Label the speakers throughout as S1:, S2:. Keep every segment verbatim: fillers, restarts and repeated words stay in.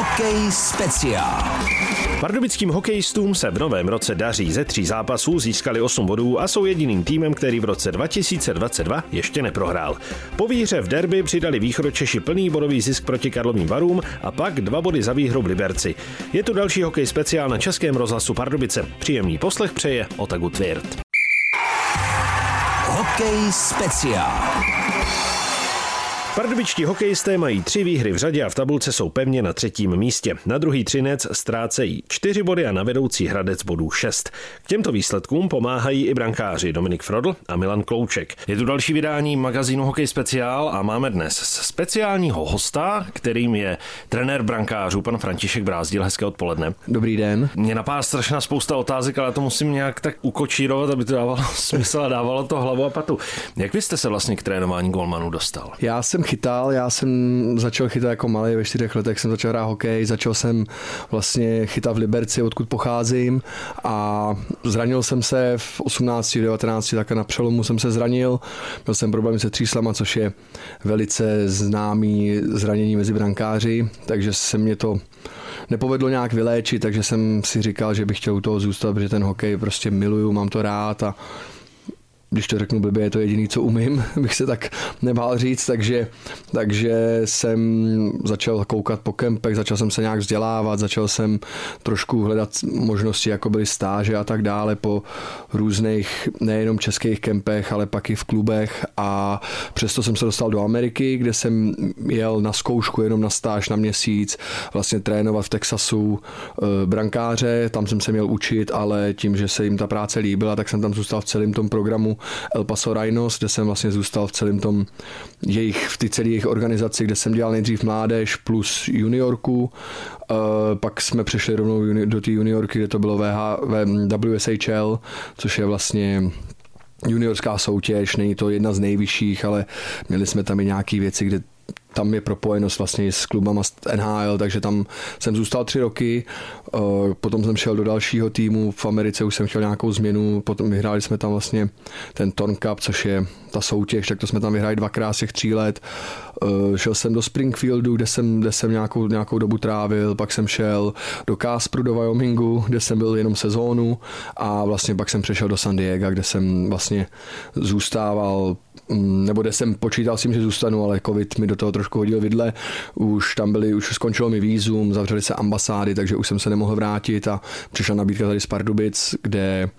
S1: Hokej speciál.
S2: Pardubickým hokejistům se v novém roce daří. Ze tří zápasů získali osm bodů a jsou jediným týmem, který v roce dva tisíce dvacet dva ještě neprohrál. Po výhře v derby přidali Východočeši plný bodový zisk proti Karlovým Varům a pak dva body za výhru v Liberci. Je tu další hokej speciál na Českém rozhlasu Pardubice. Příjemný poslech přeje Otaku Tvěrt.
S1: Hokej speciál.
S2: Pardubičtí hokejisté mají tři výhry v řadě a v tabulce jsou pevně na třetím místě. Na druhý Třinec ztrácejí čtyři body a na vedoucí Hradec bodů šest. K těmto výsledkům pomáhají i brankáři Dominik Frodl a Milan Klouček. Je tu další vydání magazínu Hokej speciál a máme dnes speciálního hosta, kterým je trenér brankářů pan František Brázdil. Hezké odpoledne.
S3: Dobrý den.
S2: Mě napadá strašná spousta otázek, ale já to musím nějak tak ukočírovat, aby to dávalo smysl a dávalo to hlavu a patu. Jak vy jste se vlastně k trénování golmanů dostal?
S3: Já jsem chytal, já jsem začal chytat jako malý, ve čtyřech letech jsem začal hrát hokej, začal jsem vlastně chytat v Liberci, odkud pocházím a zranil jsem se v osmnácti, devatenácti, tak na přelomu jsem se zranil, měl jsem problém se tříslama, což je velice známý zranění mezi brankáři, takže se mě to nepovedlo nějak vyléčit, takže jsem si říkal, že bych chtěl u toho zůstat, protože ten hokej prostě miluju, mám to rád a když to řeknu blbě, je to jediný, co umím, bych se tak nebál říct, takže, takže jsem začal koukat po kempech, začal jsem se nějak vzdělávat, začal jsem trošku hledat možnosti, jako byly stáže a tak dále po různých nejenom českých kempech, ale pak i v klubech a přesto jsem se dostal do Ameriky, kde jsem jel na zkoušku jenom na stáž na měsíc, vlastně trénovat v Texasu brankáře, tam jsem se měl učit, ale tím, že se jim ta práce líbila, tak jsem tam zůstal v celém tom programu El Paso Rhinos, kde jsem vlastně zůstal v celém tom jejich, v té celé jejich organizaci, kde jsem dělal nejdřív mládež plus juniorku, uh, pak jsme přešli rovnou do té juniorky, kde to bylo W S H L, což je vlastně juniorská soutěž, není to jedna z nejvyšších, ale měli jsme tam i nějaké věci, kde tam je propojenost vlastně s klubama z N H L, takže tam jsem zůstal tři roky, potom jsem šel do dalšího týmu, v Americe už jsem chtěl nějakou změnu, potom vyhráli jsme tam vlastně ten Torn Cup, což je ta soutěž, tak to jsme tam vyhráli dvakrát z těch tří let. Šel jsem do Springfieldu, kde jsem, kde jsem nějakou, nějakou dobu trávil, pak jsem šel do Casperu, do Wyomingu, kde jsem byl jenom sezónu a vlastně pak jsem přešel do San Diego, kde jsem vlastně zůstával, nebo kde jsem počítal s tím, že zůstanu, ale covid mi do toho trošku hodil vidle. Už tam byli, už skončilo mi vízum, zavřeli se ambasády, takže už jsem se nemohl vrátit a přišla nabídka tady z Pardubic, kde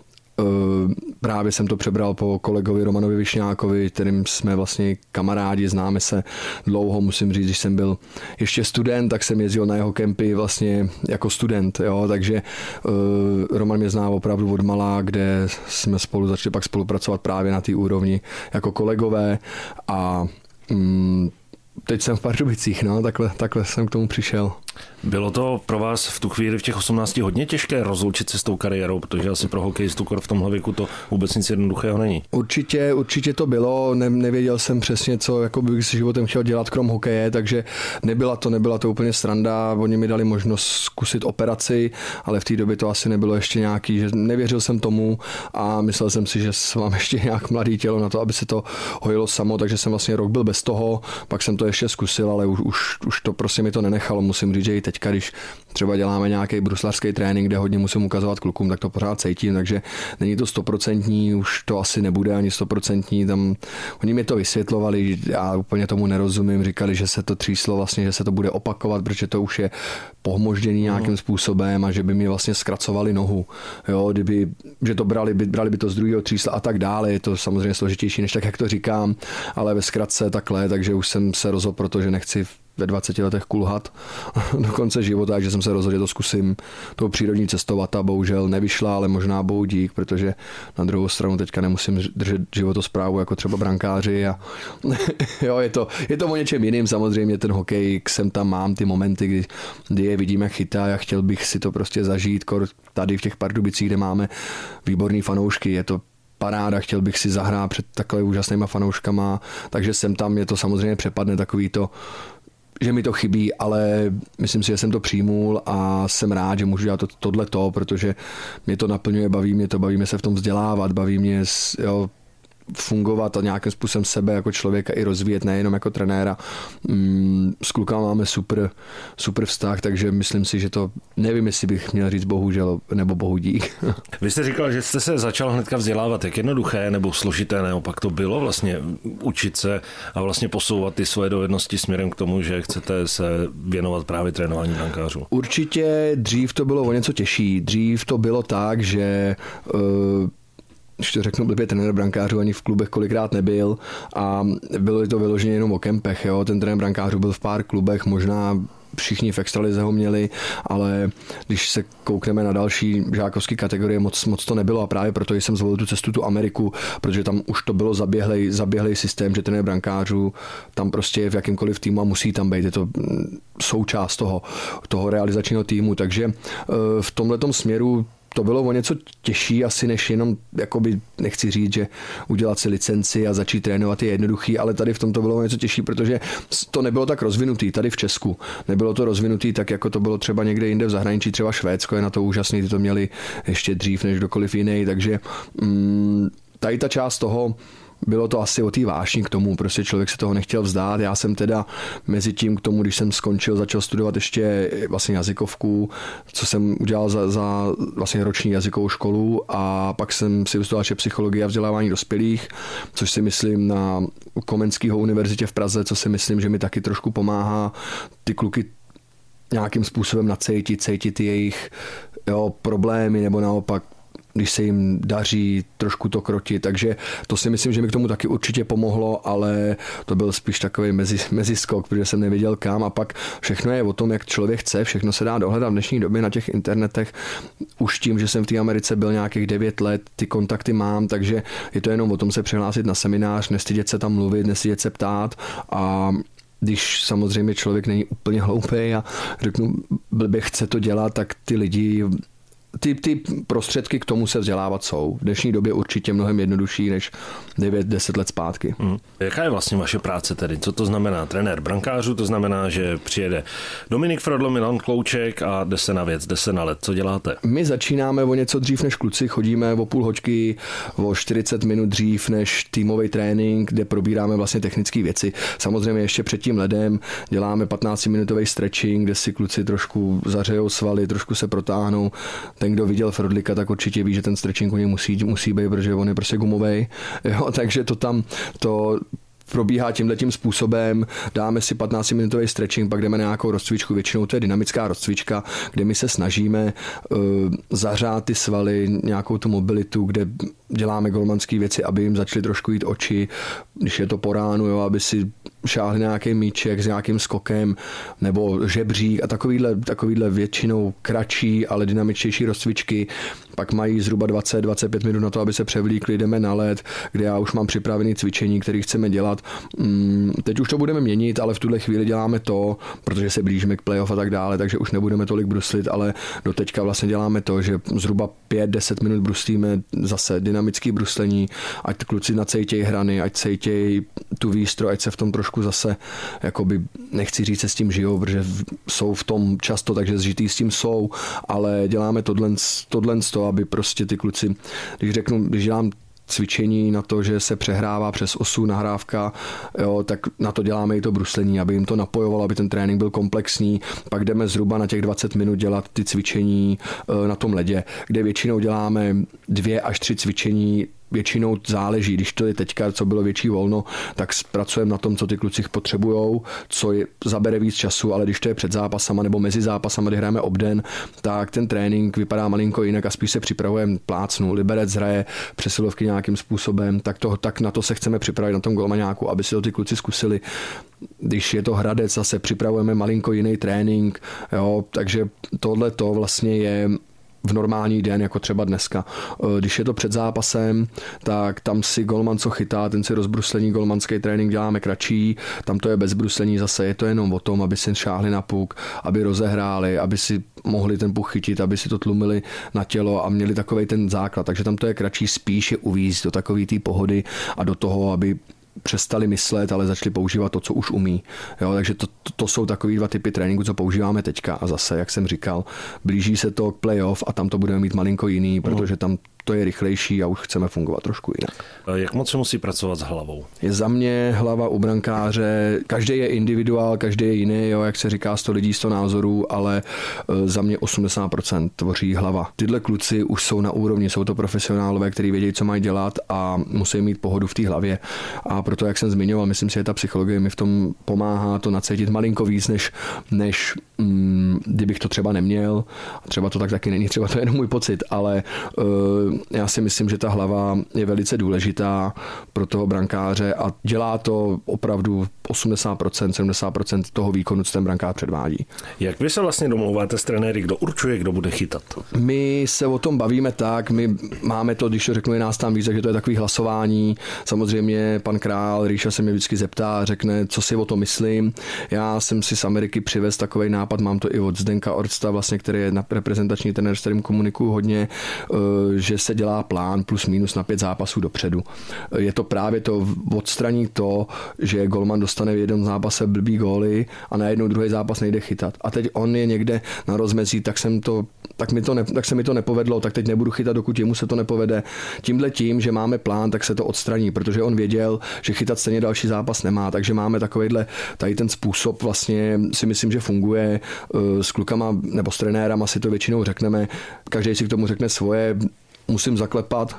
S3: Uh, právě jsem to přebral po kolegovi Romanovi Višňákovi, kterým jsme vlastně kamarádi, známe se dlouho, musím říct, když jsem byl ještě student, tak jsem jezdil na jeho kempy vlastně jako student, jo, takže uh, Roman mě zná opravdu od malá, kde jsme spolu začali pak spolupracovat právě na té úrovni jako kolegové a um, teď jsem v Pardubicích, no, takhle, takhle jsem k tomu přišel.
S2: Bylo to pro vás v tu chvíli v těch osmnácti hodně těžké rozloučit se s tou kariérou, protože asi pro hokejistu v tomhle věku to vůbec nic jednoduchého není.
S3: Určitě, určitě to bylo, ne, nevěděl jsem přesně, co jako bych s životem chtěl dělat krom hokeje, takže nebyla to, nebyla to úplně sranda, oni mi dali možnost zkusit operaci, ale v té době to asi nebylo ještě nějaký, že nevěřil jsem tomu a myslel jsem si, že mám ještě nějak mladý tělo na to, aby se to hojilo samo, takže jsem vlastně rok byl bez toho, pak jsem to ještě zkusil, ale už, už, už to prostě mi to nenechalo, musím říct, že i teďka, když třeba děláme nějaký bruslařský trénink, kde hodně musím ukazovat klukům, tak to pořád cítím, takže není to stoprocentní, už to asi nebude ani stoprocentní, tam oni mi to vysvětlovali, já úplně tomu nerozumím, říkali, že se to tříslo vlastně, že se to bude opakovat, protože to už je pohmoždění nějakým no. způsobem a že by mi vlastně zkracovali nohu, jo, kdyby, že to brali by, brali by to z druhého třísla a tak dále, je to samozřejmě složitější, než tak, jak to říkám, ale ve zkratce takhle, takže už jsem se rozhodl, protože nechci ve dvaceti letech kulhat do konce života, takže jsem se rozhodl, že to zkusím tou přírodní cestovat a bohužel nevyšla, ale možná bohu dík, protože na druhou stranu teďka nemusím držet životosprávu jako třeba brankáři a jo, je to, je to o něčem jiným samozřejmě, ten hokej, sem tam mám ty momenty, kdy, kdy je vidím, jak chytá a chtěl bych si to prostě zažít, kor tady v těch Pardubicích, kde máme výborný fanoušky, je to paráda, chtěl bych si zahrát před takhle úžasnýma fanouškama, takže sem tam je to samozřejmě přepadne takový to, že mi to chybí, ale myslím si, že jsem to přijmul a jsem rád, že můžu dělat to, tohleto, protože mě to naplňuje, baví mě to, baví mě se v tom vzdělávat, baví mě, jo, fungovat a nějakým způsobem sebe jako člověka i rozvíjet, nejenom jako trenéra. S klukama máme super, super vztah, takže myslím si, že to nevím, jestli bych měl říct bohužel nebo bohu dík.
S2: Vy jste říkal, že jste se začal hnedka vzdělávat. Jak jednoduché nebo složité naopak to bylo vlastně učit se a vlastně posouvat ty svoje dovednosti směrem k tomu, že chcete se věnovat právě trénování brankářů?
S3: Určitě dřív to bylo o něco těžší. Dřív to bylo tak, že uh, když to řeknu blbě, trenér brankářů ani v klubech kolikrát nebyl a bylo to vyloženě jenom o kempech. Jo? Ten trenér brankářů byl v pár klubech, možná všichni v extralize ho měli, ale když se koukneme na další žákovské kategorie, moc, moc to nebylo a právě proto jsem zvolil tu cestu tu Ameriku, protože tam už to bylo zaběhlej, zaběhlej systém, že trenér brankářů tam prostě je v jakýmkoliv týmu a musí tam být. Je to součást toho, toho realizačního týmu, takže v tomhletom směru to bylo o něco těžší asi než jenom, jakoby, nechci říct, že udělat si licenci a začít trénovat je jednoduchý, ale tady v tom to bylo o něco těžší, protože to nebylo tak rozvinutý tady v Česku. Nebylo to rozvinutý tak, jako to bylo třeba někde jinde v zahraničí, třeba Švédsko je na to úžasný, ty to měli ještě dřív než kdokoliv jiný, takže mm, tady ta část toho, bylo to asi o té vášni k tomu, prostě člověk se toho nechtěl vzdát. Já jsem teda mezi tím k tomu, když jsem skončil, začal studovat ještě vlastně jazykovku, co jsem udělal za, za vlastně roční jazykovou školu a pak jsem si vystudoval ještě psychologii a vzdělávání dospělých, což si myslím na Komenského univerzitě v Praze, co si myslím, že mi taky trošku pomáhá ty kluky nějakým způsobem nacítit, cítit jejich jo, problémy nebo naopak když se jim daří trošku to krotit, takže to si myslím, že mi k tomu taky určitě pomohlo, ale to byl spíš takový mezi, meziskok, protože jsem nevěděl kam a pak všechno je o tom, jak člověk chce, všechno se dá dohledat v dnešní době na těch internetech. Už tím, že jsem v té Americe byl nějakých devět let, ty kontakty mám, takže je to jenom o tom se přihlásit na seminář, nestydět se tam mluvit, nestydět se ptát a když samozřejmě člověk není úplně hloupý a řeknu, blbě chce to dělat, tak ty lidi Ty, ty prostředky k tomu se vzdělávat jsou. V dnešní době určitě mnohem jednodušší než devět deset let zpátky.
S2: Hmm. Jaká je vlastně vaše práce tedy? Co to znamená trenér brankářů? To znamená, že přijede Dominik Frodl, Milan Klouček a jde se na věc, jde se na led. Co děláte?
S3: My začínáme o něco dřív než kluci, chodíme o půl hoďky, o čtyřicet minut dřív než týmový trénink, kde probíráme vlastně technické věci. Samozřejmě ještě před tím ledem děláme patnáctiminutový stretching, kde si kluci trošku zařejou svaly, trošku se protáhnou. Ten, kdo viděl Frodlika, tak určitě ví, že ten stretching u něj musí, musí být, protože on je prostě gumovej. Jo, takže to tam to probíhá tímhletím způsobem, dáme si patnáctiminutový stretching, pak jdeme na nějakou rozcvičku, většinou to je dynamická rozcvička, kde my se snažíme uh, zařát ty svaly, nějakou tu mobilitu, kde děláme golmanské věci, aby jim začaly trošku jít oči, když je to po ránu, jo, aby si šáhli nějaký míček s nějakým skokem nebo žebřík a takovýhle, takovýhle většinou kratší, ale dynamičtější rozcvičky. Pak mají zhruba dvacet dvacet pět minut na to, aby se převlíkli, jdeme na led, kde já už mám připravené cvičení, které chceme dělat. Teď už to budeme měnit, ale v tuhle chvíli děláme to, protože se blížíme k playoff a tak dále, takže už nebudeme tolik bruslit, ale do teďka vlastně děláme to, že zhruba pět deset minut bruslíme zase dynamické bruslení, ať kluci nacejtějí hrany, ať cejtějí tu výstroj, ať se v tom trošku zase, jakoby, nechci říct, se s tím žijou, protože jsou v tom často, takže zžitý s tím jsou, ale děláme tohle, tohle aby prostě ty kluci, když řeknu, když dělám cvičení na to, že se přehrává přes osu nahrávka, jo, tak na to děláme i to bruslení, aby jim to napojovalo, aby ten trénink byl komplexní. Pak jdeme zhruba na těch dvacet minut dělat ty cvičení na tom ledě, kde většinou děláme dvě až tři cvičení. Většinou záleží, když to je teďka, co bylo větší volno, tak pracujeme na tom, co ty kluci potřebujou, co je, zabere víc času, ale když to je před zápasama nebo mezi zápasama, kdy hrajeme obden, tak ten trénink vypadá malinko jinak a spíš se připravujeme plácnu. Liberec hraje přesilovky nějakým způsobem, tak, to, tak na to se chceme připravit na tom golmaňáku, aby si to ty kluci zkusili. Když je to Hradec, zase připravujeme malinko jiný trénink, jo, takže tohle to vlastně je v normální den, jako třeba dneska. Když je to před zápasem, tak tam si golman co chytá, ten si rozbruslení, golmanský trénink děláme kratší, tam to je bez bruslení, zase je to jenom o tom, aby si šáhli na puk, aby rozehráli, aby si mohli ten puk chytit, aby si to tlumili na tělo a měli takovej ten základ, takže tam to je kratší, spíš je uvízt do takový té pohody a do toho, aby přestali myslet, ale začali používat to, co už umí. Jo, takže to, to, to jsou takový dva typy tréninku, co používáme teďka a zase, jak jsem říkal, blíží se to k playoff a tam to budeme mít malinko jiný, protože tam to je rychlejší a už chceme fungovat trošku jinak.
S2: Jak moc se musí pracovat s hlavou?
S3: Je za mě hlava u brankáře, každý je individuál, každý je jiný, jo, jak se říká, sto lidí, sto názorů, ale za mě osmdesát procent tvoří hlava. Tyhle kluci už jsou na úrovni, jsou to profesionálové, kteří vědí, co mají dělat a musí mít pohodu v té hlavě. A proto, jak jsem zmiňoval, myslím si, že ta psychologie mi v tom pomáhá to nacítit malinko víc, než, než mm, kdybych to třeba neměl. Třeba to tak taky není, třeba to je jenom můj pocit, ale uh, já si myslím, že ta hlava je velice důležitá pro toho brankáře a dělá to opravdu osmdesát procent, sedmdesát procent toho výkonu, co ten brankář předvádí.
S2: Jak vy se vlastně domlouváte s trenéry, kdo určuje, kdo bude chytat?
S3: My se o tom bavíme tak, my máme to, když to řeknu, je nás tam víc, takže to je takový hlasování. Samozřejmě pan Král, Ríša se mě vždycky zeptá, řekne, co si o to myslím. Já jsem si z Ameriky přivez takovej nápad, mám to i od Zdenka Orcta, vlastně, který je reprezentační trenér, s kterým komunikuju hodně, že se dělá plán plus minus na pět zápasů dopředu. Je to právě to odstraní to, že golman dostane v jednom zápase blbý góly a najednou druhý zápas nejde chytat. A teď on je někde na rozmezí, tak jsem to, tak, mi to ne, tak se mi to nepovedlo, tak teď nebudu chytat, dokud jemu se to nepovede. Tímhle tím, že máme plán, tak se to odstraní, protože on věděl, že chytat stejně další zápas nemá, takže máme takovejhle, tady ten způsob vlastně si myslím, že funguje s klukama nebo s trenérama si to většinou řekneme, každý si k tomu řekne svoje, musím zaklepat,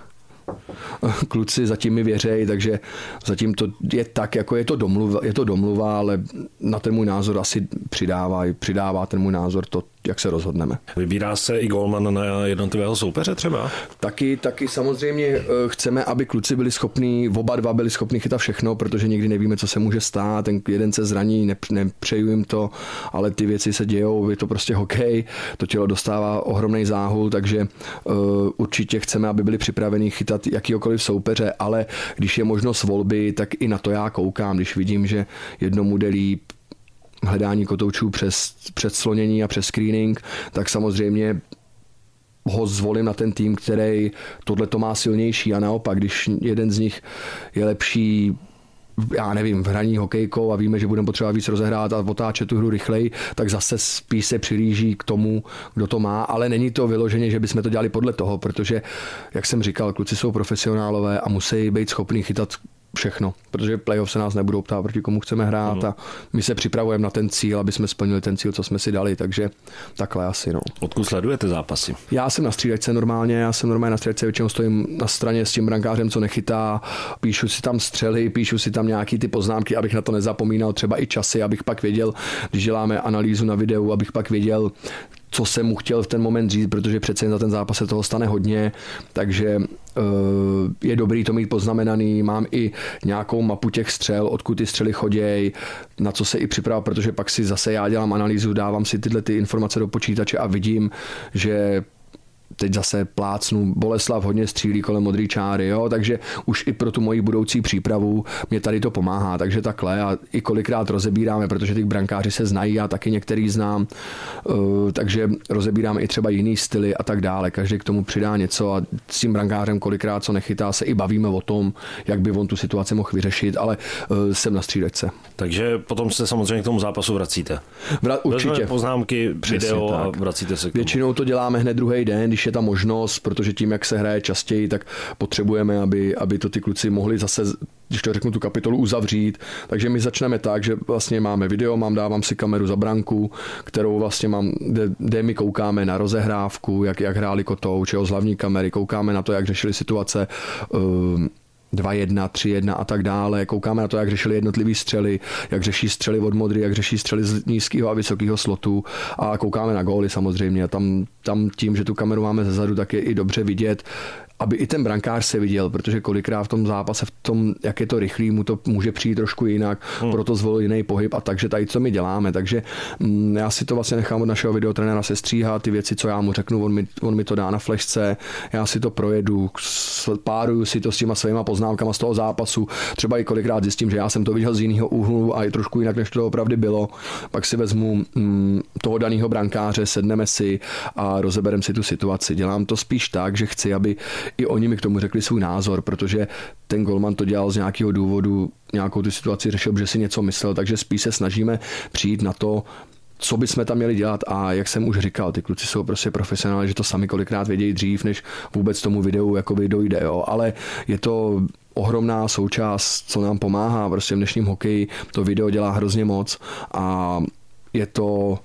S3: kluci zatím mi věřejí, takže zatím to je tak, jako je to domluva, je to domluva, ale na ten můj názor asi přidává, přidává ten můj názor to, jak se rozhodneme.
S2: Vybírá se i golman na jednotlivého soupeře třeba? Taky,
S3: taky samozřejmě chceme, aby kluci byli schopní, oba dva byli schopni chytat všechno, protože nikdy nevíme, co se může stát, ten jeden se zraní, nepřeju jim to, ale ty věci se dějou, je to prostě hokej, to tělo dostává ohromný záhul, takže uh, určitě chceme, aby byli připraveni chytat jakýkoliv soupeře, ale když je možnost volby, tak i na to já koukám, když vidím, že jednomu jde líp, hledání kotoučů přes předslonění a přes screening, tak samozřejmě ho zvolím na ten tým, který tohle to má silnější a naopak, když jeden z nich je lepší, já nevím, v hraní hokejkou a víme, že budeme potřebovat víc rozehrát a otáčet tu hru rychleji, tak zase spíš se přilíží k tomu, kdo to má, ale není to vyloženě, že bychom to dělali podle toho, protože, jak jsem říkal, kluci jsou profesionálové a musí být schopní chytat všechno, protože playoff se nás nebudou ptát, proti komu chceme hrát a my se připravujeme na ten cíl, aby jsme splnili ten cíl, co jsme si dali, takže takhle asi. No.
S2: Odkud sledujete zápasy?
S3: Já jsem na střídačce normálně, já jsem normálně na střídačce, většinou stojím na straně s tím brankářem, co nechytá, píšu si tam střely, píšu si tam nějaký ty poznámky, abych na to nezapomínal, třeba i časy, abych pak věděl, když děláme analýzu na videu, abych pak věděl, co jsem mu chtěl v ten moment říct, protože přece jen za ten zápas se toho stane hodně, takže je dobrý to mít poznamenaný, mám i nějakou mapu těch střel, odkud ty střely choděj, na co se i připravil, protože pak si zase já dělám analýzu, dávám si tyhle ty informace do počítače a vidím, že teď zase plácnu, Boleslav hodně střílí kolem modrý čáry, jo? Takže už i pro tu moji budoucí přípravu mě tady to pomáhá, takže takhle a i kolikrát rozebíráme, protože ty brankáři se znají, já taky některý znám, uh, takže rozebíráme i třeba jiný styly a tak dále, každý k tomu přidá něco a s tím brankářem kolikrát, co nechytá, se i bavíme o tom, jak by on tu situaci mohl vyřešit, ale uh, jsem na střídačce.
S2: Takže potom se samozřejmě k tomu zápasu vracíte.
S3: Vra- určitě.
S2: Vezmeme poznámky, video a vracíte se k tomu.
S3: Většinou to děláme hned druhý den, když je ta možnost, protože tím, jak se hraje častěji, tak potřebujeme, aby, aby to ty kluci mohli zase, když to řeknu, tu kapitolu uzavřít. Takže my začneme tak, že vlastně máme video, mám, dávám si kameru za branku, kterou vlastně mám, kde, kde my koukáme na rozehrávku, jak, jak hráli Kotouč, z hlavní kamery, koukáme na to, jak řešili situace, um, dva jedna, tři jedna a tak dále. Koukáme na to, jak řešili jednotlivý střely, jak řeší střely od modry, jak řeší střely z nízkého a vysokého slotu a koukáme na góly samozřejmě. Tam, tam tím, že tu kameru máme zezadu, tak je i dobře vidět, aby i ten brankář se viděl, protože kolikrát v tom zápase, v tom, jak je to rychlý, mu to může přijít trošku jinak, hmm. proto zvolil jiný pohyb a takže tady co my děláme. Takže mm, já si to vlastně nechám od našeho videotrenéra sestříhat, ty věci, co já mu řeknu, on mi, on mi to dá na flešce, já si to projedu, páruju si to s těma svýma poznámkama z toho zápasu, třeba i kolikrát zjistím, že já jsem to viděl z jiného úhlu a je trošku jinak, než to opravdu bylo. Pak si vezmu mm, toho daného brankáře, sedneme si a rozebereme si tu situaci. Dělám to spíš tak, že chci, aby i oni mi k tomu řekli svůj názor, protože ten golman to dělal z nějakého důvodu, nějakou tu situaci řešil, že si něco myslel, takže spíš se snažíme přijít na to, co bychom tam měli dělat a jak jsem už říkal, ty kluci jsou prostě profesionáli, že to sami kolikrát vědějí dřív, než vůbec tomu videu jakoby dojde, jo. Ale je to ohromná součást, co nám pomáhá prostě v dnešním hokeji, to video dělá hrozně moc a je to,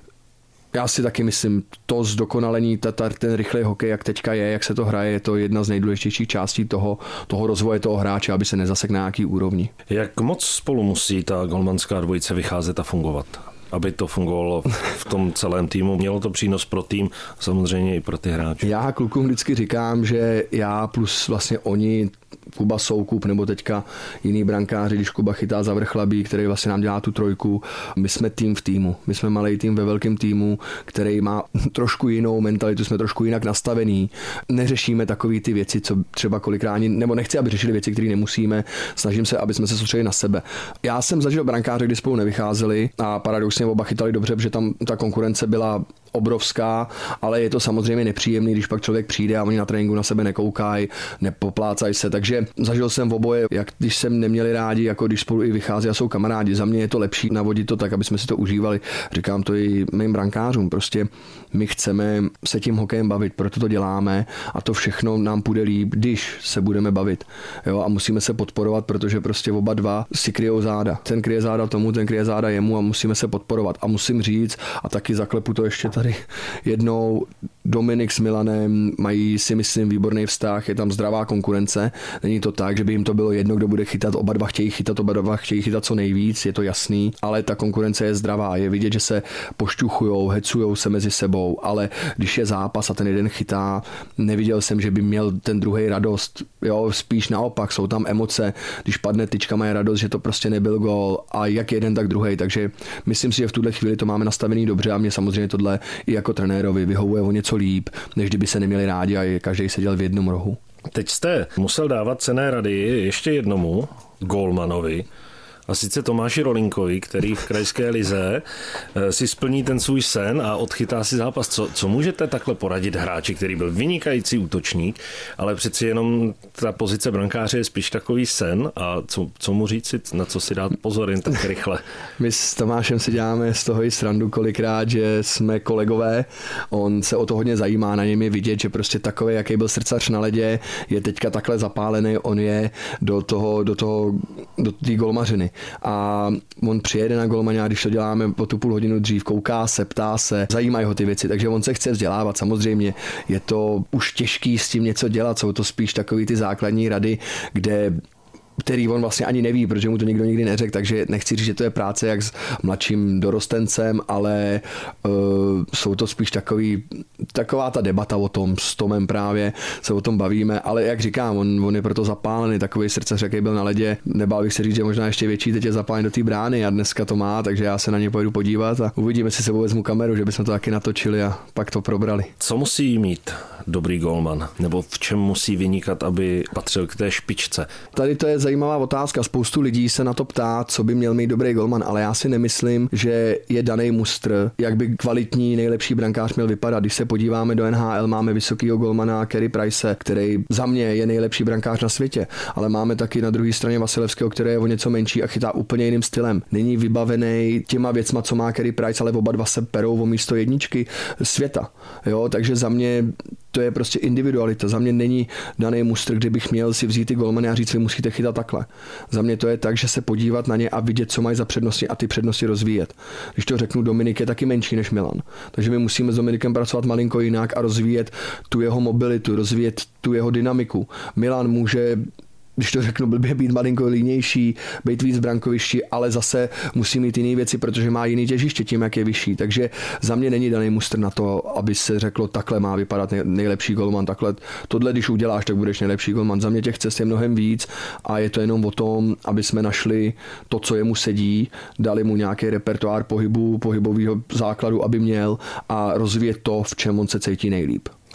S3: já si taky myslím, to zdokonalení, ta, ta, ten rychlej hokej, jak teďka je, jak se to hraje, je to jedna z nejdůležitějších částí toho, toho rozvoje toho hráče, aby se nezasek na nějaký úrovni.
S2: Jak moc spolu musí ta golmanská dvojice vycházet a fungovat? Aby to fungovalo v tom celém týmu. Mělo to přínos pro tým, samozřejmě i pro ty hráče.
S3: Já klukům vždycky říkám, že já plus vlastně oni, Kuba Soukup nebo teďka jiný brankáři, když Kuba chytá za Vrchlabí, který vlastně nám dělá tu trojku. My jsme tým v týmu. My jsme malý tým ve velkém týmu, který má trošku jinou mentalitu, jsme trošku jinak nastavený. Neřešíme takové ty věci, co třeba kolikrát ani, nebo nechci, aby řešili věci, které nemusíme. Snažím se, aby jsme se soustředili na sebe. Já jsem zažil brankáře, kdy spolu nevycházeli a paradoxně oba chytali dobře, protože tam ta konkurence byla obrovská, ale je to samozřejmě nepříjemný, když pak člověk přijde a oni na tréninku na sebe nekoukají, nepoplácají se, takže zažil jsem v oboje, jak když jsem neměli rádi, jako když spolu i vychází a jsou kamarádi. Za mě je to lepší navodit to tak, aby jsme si to užívali. Říkám to i mým brankářům, prostě my chceme se tím hokejem bavit, proto to děláme a to všechno nám půjde líp, když se budeme bavit. Jo, a musíme se podporovat, protože prostě oba dva si kryjou záda. Ten kryje záda tomu, ten kryje záda jemu a musíme se podporovat. A musím říct, a taky zaklepu to ještě tady jednou, Dominik s Milanem mají, si myslím, výborný vztah, je tam zdravá konkurence. Není to tak, že by jim to bylo jedno, kdo bude chytat, oba dva chtějí chytat, oba dva chtějí chytat co nejvíc, je to jasný, ale ta konkurence je zdravá. Je vidět, že se pošťuchujou, hecujou se mezi sebou, ale když je zápas a ten jeden chytá, neviděl jsem, že by měl ten druhý radost. Jo, spíš naopak, jsou tam emoce, když padne tyčka, má radost, že to prostě nebyl gól a jak jeden, tak druhý. Takže myslím si, že v tuhle chvíli to máme nastavený dobře a mě samozřejmě tohle i jako trenérovi vyhovuje o něco líp, než kdyby se neměli rádi a každý seděl v jednom rohu.
S2: Teď jste musel dávat cenné rady ještě jednomu gólmanovi, a sice Tomáši Rolinkovi, který v krajské lize si splní ten svůj sen a odchytá si zápas. Co, co můžete takhle poradit hráči, který byl vynikající útočník, ale přeci jenom ta pozice brankáře je spíš takový sen a co, co mu říct, na co si dát pozor jen tak rychle?
S3: My s Tomášem si děláme z toho i srandu kolikrát, že jsme kolegové, on se o to hodně zajímá, na něm je vidět, že prostě takový, jaký byl srdcař na ledě, je teďka takhle zapálený, on je do toho, do toho, do té golmařiny. A on přijede na golmana a když to děláme po tu půl hodinu dřív, kouká se, ptá se, zajímají ho ty věci, takže on se chce vzdělávat. Samozřejmě je to už těžký s tím něco dělat, jsou to spíš takový ty základní rady, kde který on vlastně ani neví, protože mu to nikdo nikdy neřekl, takže nechci říct, že to je práce jak s mladším dorostencem, ale uh, jsou to spíš takový, taková ta debata o tom, s Tomem právě se o tom bavíme, ale jak říkám, on, on je proto zapálený, takový srdcař, jaký byl na ledě, nebál bych se říct, že možná ještě větší, teď je zapálený do té brány a dneska to má, takže já se na ně pojedu podívat a uvidíme, si sebou vezmu kameru, že bychom to taky natočili a pak to probrali.
S2: Co musí mít dobrý golman, nebo v čem musí vynikat, aby patřil k té špičce?
S3: Tady to je zajímavá otázka. Spoustu lidí se na to ptá, co by měl mít dobrý golman, ale já si nemyslím, že je daný mustr, jak by kvalitní nejlepší brankář měl vypadat. Když se podíváme do N H L, máme vysokýho golmana Carey Price, který za mě je nejlepší brankář na světě, ale máme taky na druhé straně Vasilevského, který je o něco menší a chytá úplně jiným stylem. Není vybavený těma věcma, co má Carey Price, ale oba dva se perou o místo jedničky světa. Jo, takže za mě to je prostě individualita. Za mě není daný mustr, kde bych měl si vzít ty golmany a říct, vy musíte chytat takhle. Za mě to je tak, že se podívat na ně a vidět, co mají za přednosti a ty přednosti rozvíjet. Když to řeknu, Dominik je taky menší než Milan. Takže my musíme s Dominikem pracovat malinko jinak a rozvíjet tu jeho mobilitu, rozvíjet tu jeho dynamiku. Milan může, když to řeknu blbě, být malinko línější, být víc brankovišti, ale zase musí mít jiné věci, protože má jiný těžiště tím, jak je vyšší. Takže za mě není daný mustr na to, aby se řeklo, takhle má vypadat nejlepší golman, takhle tohle, když uděláš, tak budeš nejlepší golman. Za mě těch cest je mnohem víc a je to jenom o tom, aby jsme našli to, co jemu sedí, dali mu nějaký repertoár pohybu, pohybového základu, aby měl a rozvíjet to, v čem on se cítí nejlíp.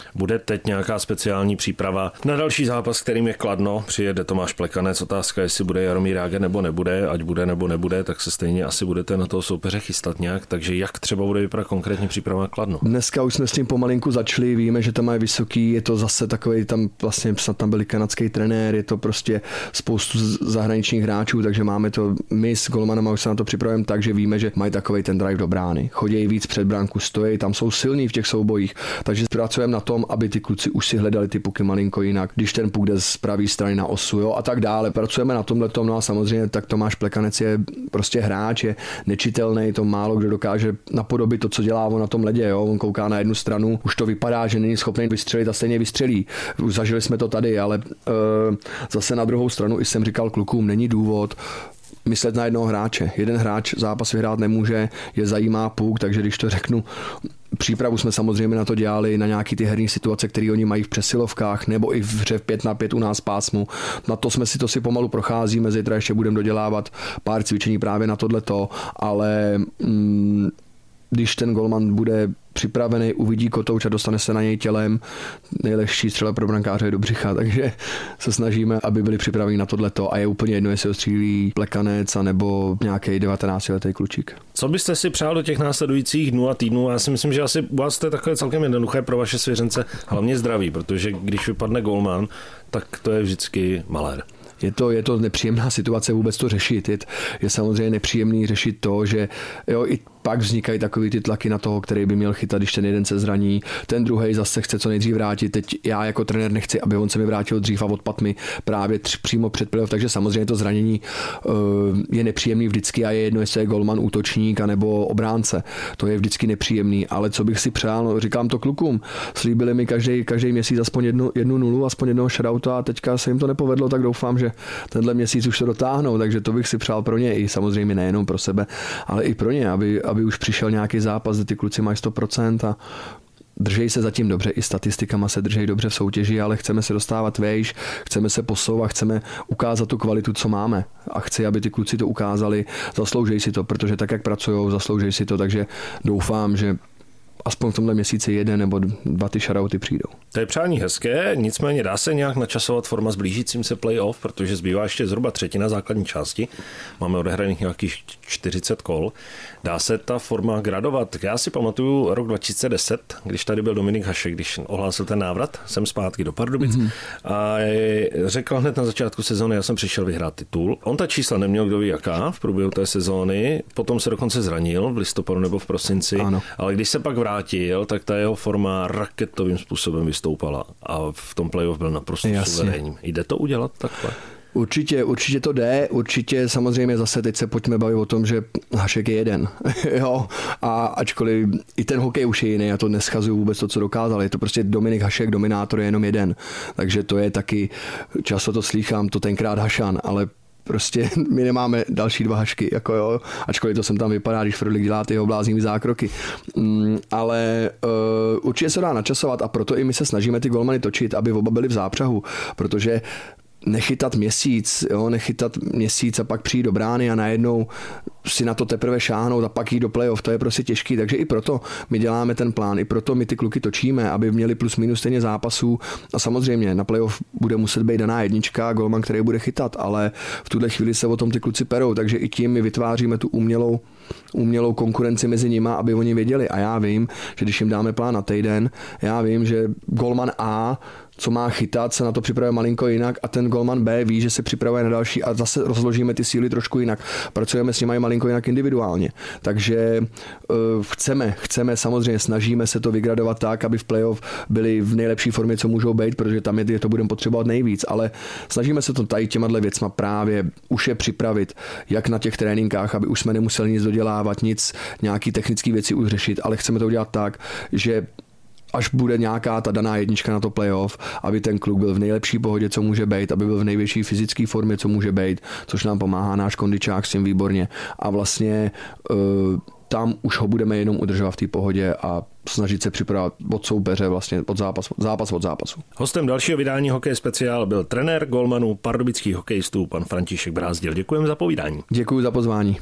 S2: Bude teď nějaká speciální příprava na další zápas, kterým je Kladno? Přijede Tomáš Plekanec, otázka, jestli bude Jaromír Jágr nebo nebude, ať bude nebo nebude, tak se stejně asi budete na toho soupeře chystat nějak, takže jak třeba bude vypadat konkrétně příprava na Kladno?
S3: Dneska už jsme s tím pomalinku začali, víme, že tam mají vysoký, je to zase takový, tam vlastně snad tam byli kanadský trenér, je to prostě spoustu zahraničních hráčů, takže máme to my s golmanama už se na to připravujeme tak, že víme, že mají takový ten drive do brány. Chodí víc před bránku, stojí, tam jsou silní v těch soubojích, takže pracujeme na tom, aby ty kluci už si hledali ty puky malinko jinak, když ten puk jde z pravé strany na osu, jo, a tak dále. Pracujeme na tomhle tom, no a samozřejmě tak Tomáš Plekanec je prostě hráč, je nečitelný, to málo kdo dokáže napodobit to, co dělá on na tom ledě, jo. On kouká na jednu stranu, už to vypadá, že není schopný vystřelit a stejně vystřelí. Už zažili jsme to tady, ale e, zase na druhou stranu i jsem říkal klukům, není důvod myslet na jednoho hráče. Jeden hráč zápas vyhrát nemůže, je zajímá puk, takže když to řeknu, přípravu jsme samozřejmě na to dělali, na nějaký ty herní situace, které oni mají v přesilovkách nebo i v hře pět na pět u nás pásmu. Na to jsme si to si pomalu procházíme, zítra ještě budeme dodělávat pár cvičení právě na tohleto, ale mm, když ten golman bude připravený, uvidí kotouč a dostane se na něj tělem, nejlepší střela pro brankáře je do břicha, takže se snažíme, aby byli připraveni na tohleto a je úplně jedno, jestli ho střílí Plekanec nebo nějaký devatenáctiletý klučík.
S2: Co byste si přál do těch následujících dnů a týdnů? Já si myslím, že asi u vás to je takové celkem jednoduché pro vaše svěřence, hlavně zdraví, protože když vypadne golman, tak to je vždycky malér.
S3: Je to, je to nepříjemná situace vůbec to řešit. Je, je samozřejmě nepříjemný řešit to, že jo, i pak vznikají takový ty tlaky na toho, který by měl chytat, když ten jeden se zraní, ten druhý zase chce co nejdřív vrátit. Teď já jako trenér nechci, aby on se mi vrátil dřív a odpad mi právě tři, přímo před playoff, takže samozřejmě to zranění uh, je nepříjemný vždycky a je jedno, jestli je golman, útočník anebo obránce. To je vždycky nepříjemný, ale co bych si přál, no, říkám to klukům, slíbili mi každý, každý měsíc aspoň jednu, jednu nulu, aspoň jednoho shoutouta a teďka se jim to nepovedlo, tak doufám, že tenhle měsíc už to dotáhnou, takže to bych si přál pro ně i samozřejmě nejenom pro sebe, ale i pro ně, aby, aby už přišel nějaký zápas, kde ty kluci mají sto procent a držej se zatím dobře, i statistikama se držej dobře v soutěži, ale chceme se dostávat vejš, chceme se posouvat, chceme ukázat tu kvalitu, co máme a chci, aby ty kluci to ukázali, zasloužej si to, protože tak, jak pracujou, zasloužej si to, takže doufám, že aspoň v tomhle měsíci jeden nebo dva ty shoutouty přijdou.
S2: To je přání hezké, nicméně dá se nějak načasovat forma s blížícím se playoff, protože zbývá ještě zhruba třetina základní části. Máme odehraných nějakých čtyřicet kol. Dá se ta forma gradovat? Já si pamatuju rok dva tisíce deset, když tady byl Dominik Hašek, když ohlásil ten návrat sem zpátky do Pardubic mm-hmm. a řekl hned na začátku sezóny, já jsem přišel vyhrát titul. On ta čísla neměl kdo ví jaká v průběhu té sezóny, potom se dokonce zranil v listopadu nebo v prosinci, ano. Ale když se pak vrátil, tak ta jeho forma raketovým způsobem vystoupala a v tom playoff byl naprosto suverénní. Jde to udělat takhle?
S3: Určitě, určitě to jde, určitě samozřejmě zase teď se pojďme bavit o tom, že Hašek je jeden, jo, a ačkoliv i ten hokej už je jiný, já to neschazuju vůbec to, co dokázal, je to prostě Dominik Hašek, dominátor je jenom jeden, takže to je taky, často to slýchám, to tenkrát Hašan, ale prostě my nemáme další dva Hašky, jako jo, ačkoliv to sem tam vypadá, když Frolik dělá ty jeho bláznivý zákroky. Mm, ale uh, určitě se dá načasovat a proto i my se snažíme ty golmany točit, aby oba byli v zápřahu, protože nechytat měsíc, jo, nechytat měsíc a pak přijít do brány a najednou si na to teprve šáhnout a pak jít do playoff, to je prostě těžký, takže i proto my děláme ten plán, i proto my ty kluky točíme, aby měli plus minus stejně zápasů a samozřejmě na playoff bude muset být daná jednička, golman, který bude chytat, ale v tuhle chvíli se o tom ty kluci perou, takže i tím my vytváříme tu umělou, umělou konkurenci mezi nima, aby oni věděli a já vím, že když jim dáme plán na týden, já vím, že golman A co má chytat, se na to připravuje malinko jinak a ten golman B ví, že se připravuje na další a zase rozložíme ty síly trošku jinak. Pracujeme s nimi malinko jinak individuálně. Takže uh, chceme, chceme, samozřejmě snažíme se to vygradovat tak, aby v playoff byli v nejlepší formě, co můžou být, protože tam je to budeme potřebovat nejvíc, ale snažíme se to tady těma věcma právě už je připravit, jak na těch tréninkách, aby už jsme nemuseli nic dodělávat, nic, nějaký technické věci už řešit, ale chceme to udělat tak, že až bude nějaká ta daná jednička na to playoff, aby ten kluk byl v nejlepší pohodě, co může být, aby byl v největší fyzické formě, co může být, což nám pomáhá náš kondičák s tím výborně. A vlastně uh, tam už ho budeme jenom udržovat v té pohodě a snažit se připravovat od soupeře vlastně od zápas, zápas od zápasu.
S2: Hostem dalšího vydání Hokej speciál byl trenér golmanů pardubických hokejistů pan František Brázdil. Děkujeme za povídání.
S3: Děkuji za pozvání.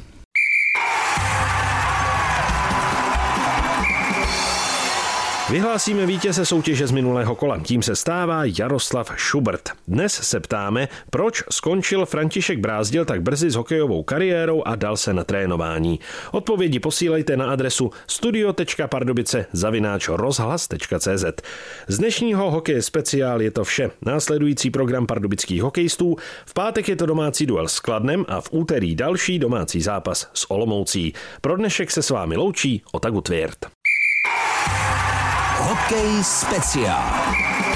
S2: Vyhlásíme vítěze soutěže z minulého kola. Tím se stává Jaroslav Schubert. Dnes se ptáme, proč skončil František Brázdil tak brzy s hokejovou kariérou a dal se na trénování. Odpovědi posílejte na adresu studio tečka pardubice zavináč rozhlas tečka cé zet. Z dnešního Hokej speciál je to vše. Následující program pardubických hokejistů. V pátek je to domácí duel s Kladnem a v úterý další domácí zápas s Olomoucí. Pro dnešek se s vámi loučí Otaku Tvěrt.
S1: Hokej speciál.